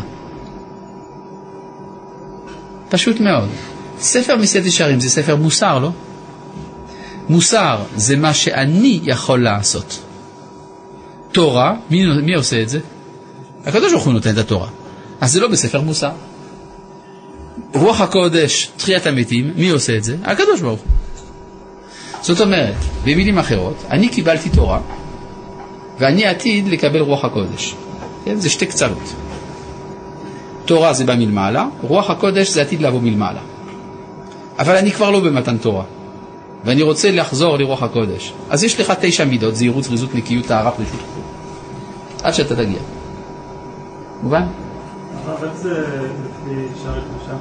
פשוט מאוד. ספר מסיעת ישרים זה ספר מוסר, לא? מוסר זה מה שאני יכול לעשות. תורה, מי עושה את זה? הקדוש ברוך הוא נותן את התורה. אז זה לא בספר מוסר. רוח הקודש, תחיית המתים, מי עושה את זה? הקדוש ברוך הוא. זאת אומרת, במילים אחרות, אני קיבלתי תורה, ואני עתיד לקבל רוח הקודש. זה שתי קצרות. תורה זה בא מלמעלה, רוח הקודש זה עתיד לבוא מלמעלה. אבל אני כבר לא במתן תורה, ואני רוצה לחזור לרוח הקודש. אז יש לך 9 מידות, זהירות, זריזות, נקיות, טהרה, פרישות, עד שאתה תגיע. מובן? אבל זה לפי שערי קדושה.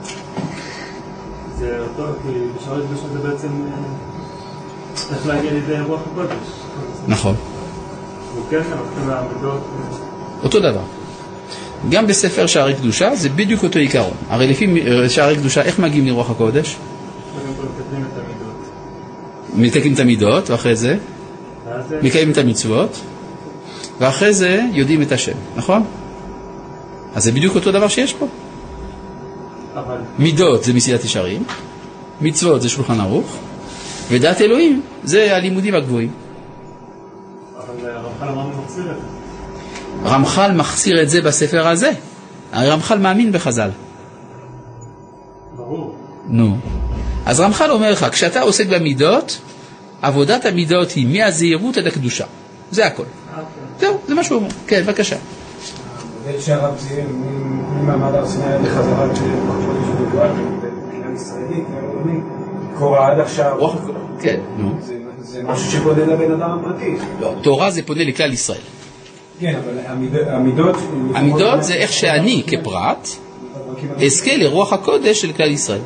זה אותו, כי שערי קדושה זה בעצם צריך להגיע לידי רוח הקודש. נכון. וכן, אבל המידות... אותו דבר. גם בספר שערי קדושה זה בדיוק אותו עיקרון. הרי לפי שערי קדושה, איך מגיעים לרוח הקודש? קודם כל מקדמים את המידות. מתקנים את המידות, ואחרי זה מקיימים את המצוות, ואחרי זה יודעים את השם, נכון? אז זה בדיוק אותו דבר שיש פה. אבל... מידות זה מסיעת ישרים, מצוות זה שולחן ערוך, ודעת אלוהים זה הלימודים הגבוהים. אבל רמח"ל אמרנו מחסיר את זה. רמח"ל מחסיר את זה בספר הזה. הרי רמח"ל מאמין בחז"ל. ברור. נו. אז רמח"ל אומר לך, כשאתה עוסק במידות, עבודת המידות היא מהזהירות עד הקדושה. זה הכל. זהו, זה מה שהוא אומר. כן, בבקשה. המודל שהרב ציין, ממעמד הר סיני לחזרה כשחודש בגואל, מבחינה ישראלית, קורא עד עכשיו. כן, נו. זה משהו שפונה לבן אדם הפרטי. לא, תורה זה פונה לכלל ישראל. כן, אבל המידות... המידות זה איך שאני כפרט אזכה לרוח הקודש של כלל ישראל.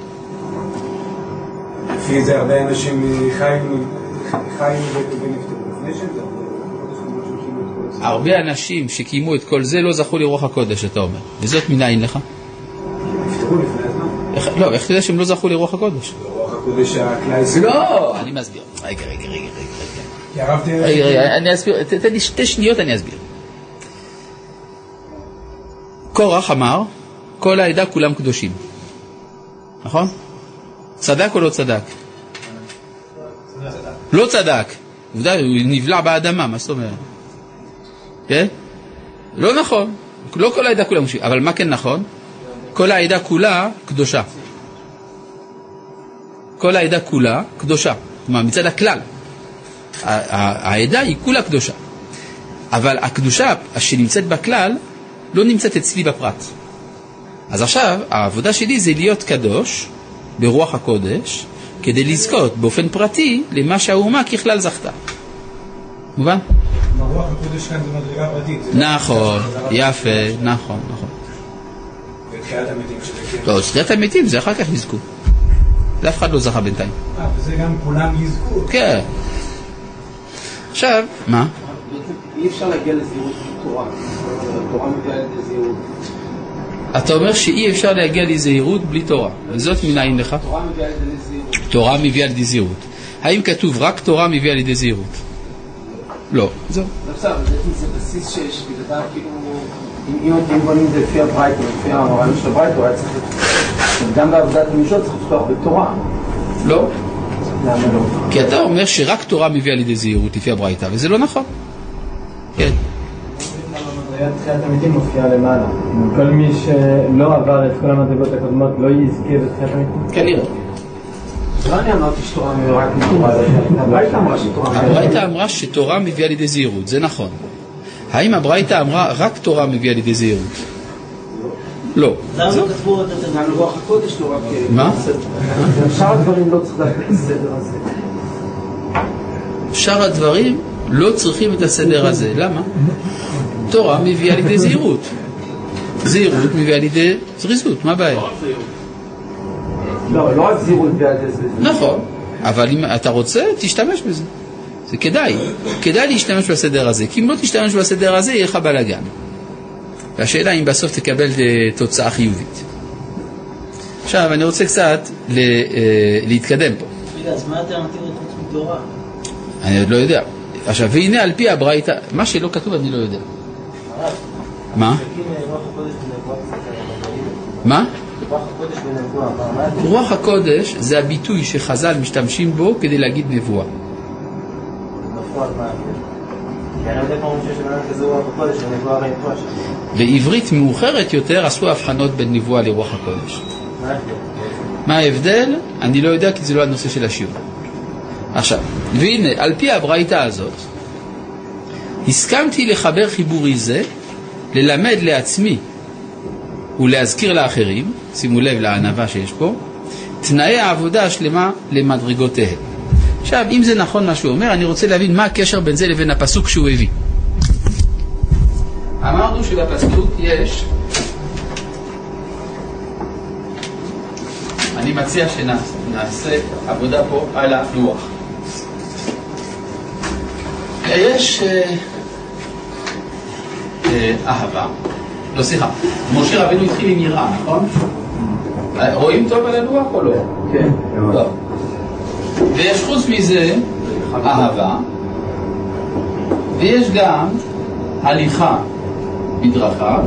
לפי זה הרבה אנשים חיים ונפטרו לפני שזה. הרבה אנשים שקיימו את כל זה לא זכו לרוח הקודש, אתה אומר. וזאת מנין לך? נפטרו לפני הזמן. לא, איך אתה יודע שהם לא זכו לרוח הקודש? לרוח הקודש הכלל ישראל. לא, אני מסביר. רגע. אני אסביר, תן לי 2 שניות אני אסביר. קורח אמר, כל העדה כולם קדושים. נכון? צדק או לא צדק? לא צדק. עובדה, הוא נבלע באדמה, מה זאת אומרת? כן? לא נכון. לא כל העדה כולה מושבית. אבל מה כן נכון? כל העדה כולה קדושה. כל העדה כולה קדושה. כלומר, מצד הכלל. העדה היא כולה קדושה. אבל הקדושה שנמצאת בכלל לא נמצאת אצלי בפרט. אז עכשיו, העבודה שלי זה להיות קדוש ברוח הקודש, כדי לזכות באופן פרטי למה שהאומה ככלל זכתה. מובן? ברוח הקודש כאן זה מדרגה פרטית. נכון, יפה, נכון. ותחיית המתים שזה כן. לא, תחיית המתים זה אחר כך יזכו. זה אף אחד לא זכה בינתיים. וזה גם כולם יזכו. כן. עכשיו, מה? אי אפשר להגיע לזהירות בתורה. התורה מביאה לידי זהירות. אתה אומר שאי אפשר להגיע לזהירות בלי תורה. וזאת מנין לך? תורה מביאה לידי זהירות. תורה מביאה לידי זהירות. האם כתוב רק תורה מביאה לידי זהירות? לא. זהו. עכשיו, זה בסיס שיש, בגלל כאילו, אם בונים את זה לפי הברייתא, לפי הרעיון של הברייתא, הוא היה צריך, גם בעבודת המשול צריך לפתוח בתורה. לא. למה לא? כי אתה אומר שרק תורה מביאה לידי זהירות לפי הברייתא, וזה לא נכון. כן. מדרגת תחיית המתים מופיעה למעלה. כל מי שלא עבר את כל המדרגות הקודמות לא יזכה בתחיית המתים? כנראה. לא אני אמרתי שתורה מביאה רק מתורה. הברייתא אמרה שתורה מביאה לידי זהירות, זה נכון. האם הברייתא אמרה רק תורה מביאה לידי זהירות? לא. למה לא כתבו את זה? גם רוח הקודש לא רק... מה? שאר הדברים לא צריך לדעת את הסדר הזה. שאר הדברים לא צריכים את הסדר הזה. למה? תורה מביאה לידי זהירות. זהירות מביאה לידי זריזות. מה הבעיה? לא רק זהירות מביאה לידי זריזות. נכון. אבל אם אתה רוצה, תשתמש בזה. זה כדאי. כדאי להשתמש בסדר הזה. כי אם לא תשתמש בסדר הזה, יהיה לך בלגן. והשאלה אם בסוף תקבל תוצאה חיובית. עכשיו, אני רוצה קצת להתקדם פה. אז מה אתה מתאים חוץ מתורה? אני עוד לא יודע. עכשיו, והנה על פי הברייתא, מה שלא כתוב אני לא יודע. מה? מה? רוח הקודש זה הביטוי שחז"ל משתמשים בו כדי להגיד נבואה. בעברית מאוחרת יותר עשו הבחנות בין נבואה לרוח הקודש. מה ההבדל? אני לא יודע כי זה לא הנושא של השיעור. עכשיו, והנה, על פי הברייתא הזאת הסכמתי לחבר חיבורי זה, ללמד לעצמי ולהזכיר לאחרים, שימו לב לענווה שיש פה, תנאי העבודה השלמה למדרגותיהם. עכשיו, אם זה נכון מה שהוא אומר, אני רוצה להבין מה הקשר בין זה לבין הפסוק שהוא הביא. אמרנו שבפסוק יש, אני מציע שנעשה עבודה פה על הלוח. יש אהבה, לא סליחה, משה רבנו התחיל עם יראה, נכון? רואים טוב על הלוח או לא? כן. טוב. ויש חוץ מזה אהבה, ויש גם הליכה בדרכיו,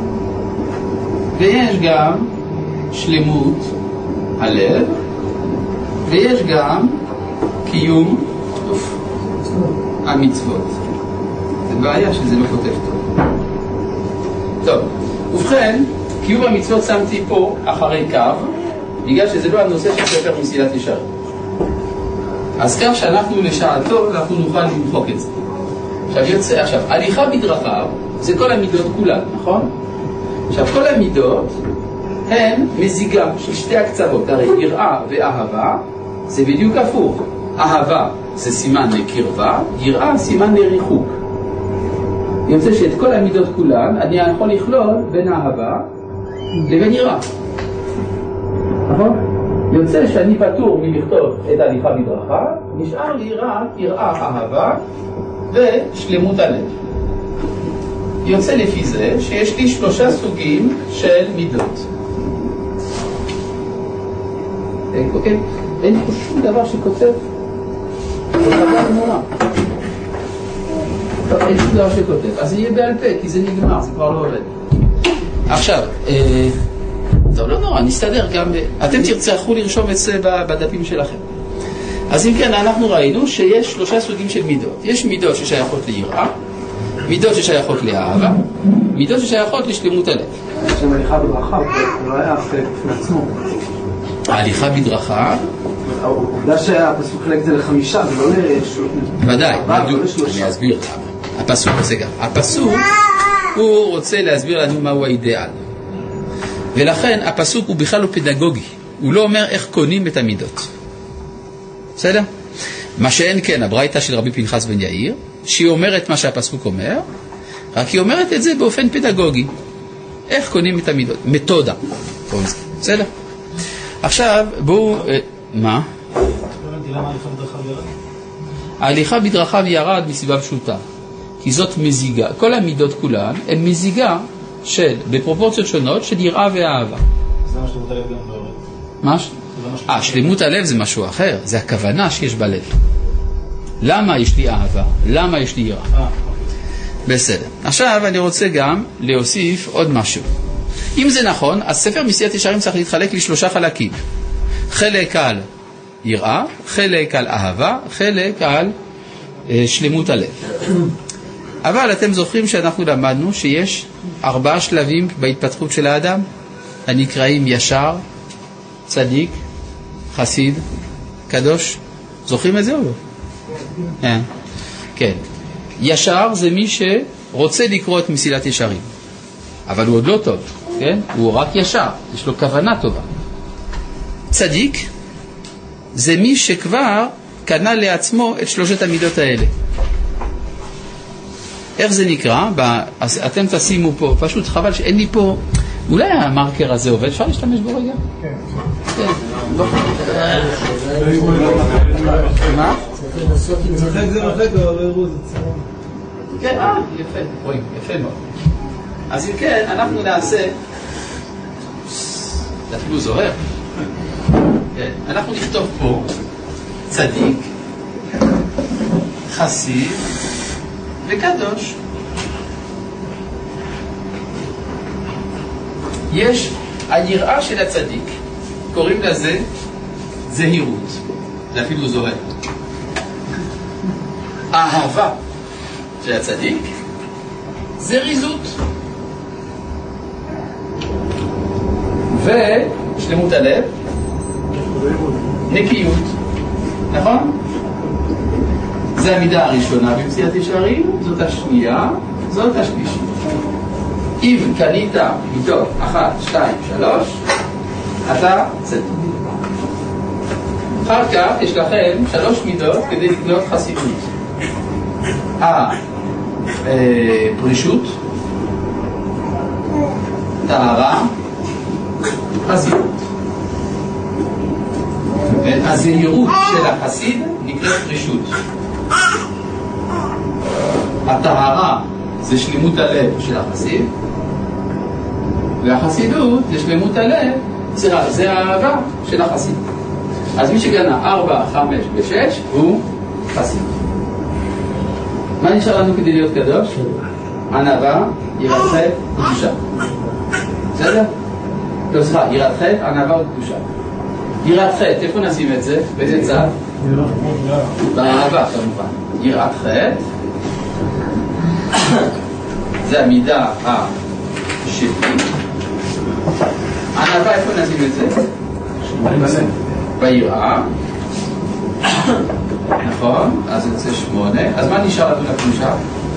ויש גם שלמות הלב, ויש גם קיום המצוות. זה בעיה שזה לא כותב טוב. טוב, ובכן, קיום המצוות שמתי פה אחרי קו, בגלל שזה לא הנושא של ספר מסילת ישרים. אז כך שאנחנו לשעתו, אנחנו נוכל למחוק את זה. עכשיו, הליכה בדרכיו, זה כל המידות כולן, נכון? עכשיו, כל המידות הן מזיגה של שתי הקצוות, הרי יראה ואהבה, זה בדיוק הפוך. אהבה זה סימן לקרבה, יראה סימן לריחוק. אני רוצה שאת כל המידות כולן, אני יכול לכלול בין אהבה לבין יראה. נכון? יוצא שאני פטור מלכתוב את ההליכה בדרכה, נשאר לי רק יראה, אהבה ושלמות הלב. יוצא לפי זה שיש לי 3 סוגים של מידות. אוקיי? אין פה שום דבר שכותב. זה דבר נורא. אין שום דבר שכותב. אז זה יהיה בעל פה, כי זה נגמר, זה כבר לא עובד. עכשיו, טוב, לא נורא, נסתדר גם, אתם תרצחו לרשום את זה בדפים שלכם. אז אם כן, אנחנו ראינו שיש 3 סוגים של מידות. יש מידות ששייכות ליראה, מידות ששייכות לאהבה, מידות ששייכות לשלמות הלב. יש שם הליכה בדרכה, לא היה חלק בפני עצמו. ההליכה בדרכה... העובדה שהפסוק חלק את זה ל5, זה לא ל3. ודאי, אני אסביר למה. הפסוק, זה גם. הפסוק, הוא רוצה להסביר לנו מהו האידאל. ולכן הפסוק הוא בכלל לא פדגוגי. הוא לא אומר איך קונים את המידות. בסדר? מה שאין כן, הברייתא של רבי פנחס בן יאיר, שהיא אומרת מה שהפסוק אומר, רק היא אומרת את זה באופן פדגוגי. איך קונים את המידות? מתודה. בסדר? עכשיו, בואו... מה? ההליכה בדרכיו ירד מסיבה פשוטה. כי זאת מזיגה. כל המידות כולן הן מזיגה של, בפרופורציות שונות, של יראה ואהבה. זה מה שלמות הלב גם לא יורד. מה? שלמות הלב זה משהו אחר. זה הכוונה שיש בלב. למה יש לי אהבה? למה יש לי יראה? בסדר. עכשיו אני רוצה גם להוסיף עוד משהו. אם זה נכון, אז ספר מסיעת ישרים צריך להתחלק ל3 חלקים. חלק על יראה, חלק על אהבה, חלק על שלמות הלב. אבל אתם זוכרים שאנחנו למדנו שיש 4 שלבים בהתפתחות של האדם, הנקראים ישר, צדיק, חסיד, קדוש. זוכרים את זה או לא? כן. ישר זה מי שרוצה לקרוא את מסילת ישרים, אבל הוא עוד לא טוב, כן? הוא רק ישר, יש לו כוונה טובה. צדיק זה מי שכבר קנה לעצמו את 3 המידות האלה. איך זה נקרא? אז אתם תשימו פה, פשוט חבל שאין לי פה, אולי המרקר הזה עובד, אפשר להשתמש בו רגע? כן. מה? רחק זה רחק, אבל לא יראו, זה צרום. כן, יפה, רואים, יפה מאוד. אז אם כן, אנחנו נעשה, זה אפילו זוהר. אנחנו נכתוב פה צדיק, חסיד וקדוש. יש היראה של הצדיק, קוראים לזה זהירות, זה אפילו זוהר. האהבה של הצדיק זה ריזות, ושלמות הלב נקיות. נכון? זה המידה הראשונה במסיעת ישרים, זאת השנייה, זאת השלישית. אם קנית מידות 1, 2, 3, אתה צדיק. אחר כך יש לכם 3 מידות כדי לקנות חסידות. הפרישות, טהרה, חסידות. הזהירות של החסיד נקראת פרישות. הטהרה זה שלמות הלב של החסיד, והחסידות זה שלמות הלב, זה האהבה של החסיד. אז מי שגנה 4, 5 ו6 הוא חסיד. מה נשאר לנו כדי להיות קדוש? ענווה, יראת חטא וקדושה. בסדר? לא, סליחה, יראת חטא, ענווה וקדושה. יראת חטא, איפה נשים את זה? באיזה צד? באהבה כמובן. יראת חטא זה המידה השלי. ענווה, איפה נשים את זה? ביראה. נכון, אז יוצא 8. אז מה נשאר לנו לקדושה?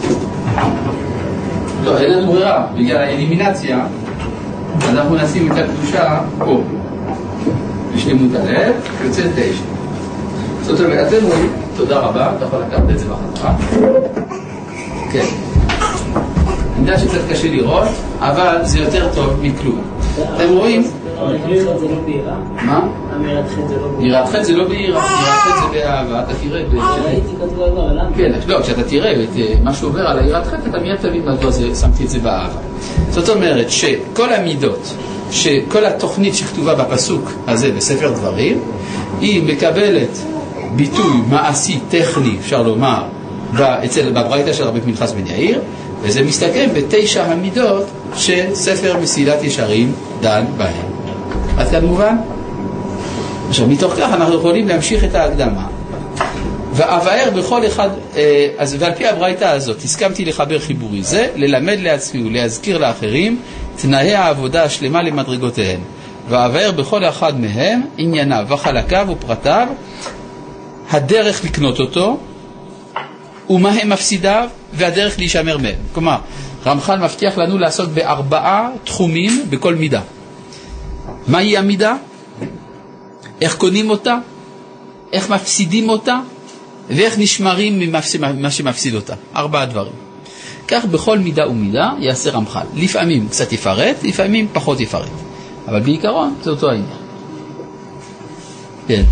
לא, אין לנו ברירה. בגלל האלימינציה אנחנו נשים את הקדושה פה בשלמות הלב, יוצא 9. זאת אומרת, אתם רואים, תודה רבה, אתה יכול לקחת את זה בחזרה. כן. אני יודע שקצת קשה לראות, אבל זה יותר טוב מכלום. אתם רואים? אמירת זה לא ביראה? מה? אמירת חטא זה לא ביראה. יראת חטא זה לא ביראה, יראת חטא זה באהבה, אתה תראה ראיתי כתוב עבר, למה? כן, לא, כשאתה תראה את מה שעובר על היראת חטא, אתה מיד תבין מדוע שמתי את זה באהבה. זאת אומרת שכל המידות, שכל התוכנית שכתובה בפסוק הזה בספר דברים, היא מקבלת ביטוי מעשי, טכני, אפשר לומר, בברייתא של רבי פנחס בן יאיר, וזה מסתכם ב9 המידות שספר מסילת ישרים דן בהם. עד כאן מובן? עכשיו, מתוך כך אנחנו יכולים להמשיך את ההקדמה. ואבאר בכל אחד, ועל פי הברייתא הזאת, הסכמתי לחבר חיבורי זה, ללמד לעצמי ולהזכיר לאחרים תנאי העבודה השלמה למדרגותיהן. ואבאר בכל אחד מהם ענייניו וחלקיו ופרטיו, הדרך לקנות אותו, ומה הם מפסידיו, והדרך להישמר מהם. כלומר, רמח"ל מבטיח לנו לעסוק ב4 תחומים בכל מידה. מהי המידה? איך קונים אותה? איך מפסידים אותה? ואיך נשמרים ממה שמפסיד אותה. 4 דברים. כך בכל מידה ומידה יעשה רמח"ל. לפעמים קצת יפרט, לפעמים פחות יפרט. אבל בעיקרון זה אותו העניין. כן.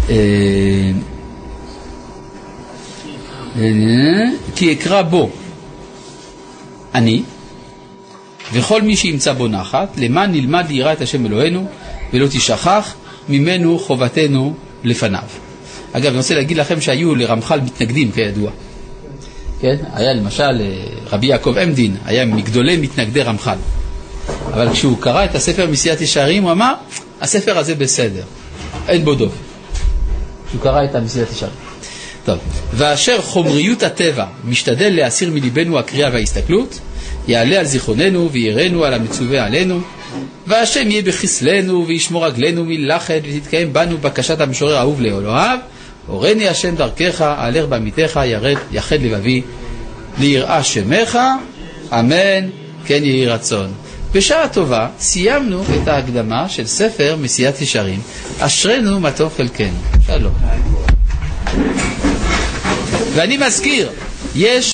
כי אקרא בו אני וכל מי שימצא בו נחת, למען נלמד ליראה את השם אלוהינו ולא תשכח ממנו חובתנו לפניו. אגב, אני רוצה להגיד לכם שהיו לרמח"ל מתנגדים כידוע. כן? היה למשל רבי יעקב עמדין, היה מגדולי מתנגדי רמח"ל. אבל כשהוא קרא את הספר מסיעת ישרים, הוא אמר, הספר הזה בסדר, אין בו דוב. כשהוא קרא את מסיעת ישרים. טוב, ואשר חומריות הטבע משתדל להסיר מליבנו הקריאה וההסתכלות, יעלה על זיכרוננו ויראנו על המצווה עלינו, והשם יהיה בחסלנו וישמור רגלינו מלחץ, ותתקיים בנו בקשת המשורר האהוב לאלוהיו, אורני השם דרכך, הלך בעמיתך, יחד לבבי ליראה שמך, אמן, כן יהי רצון. בשעה טובה סיימנו את ההקדמה של ספר מסיעת ישרים. אשרנו מה טוב חלקנו. שלום. ואני מזכיר, יש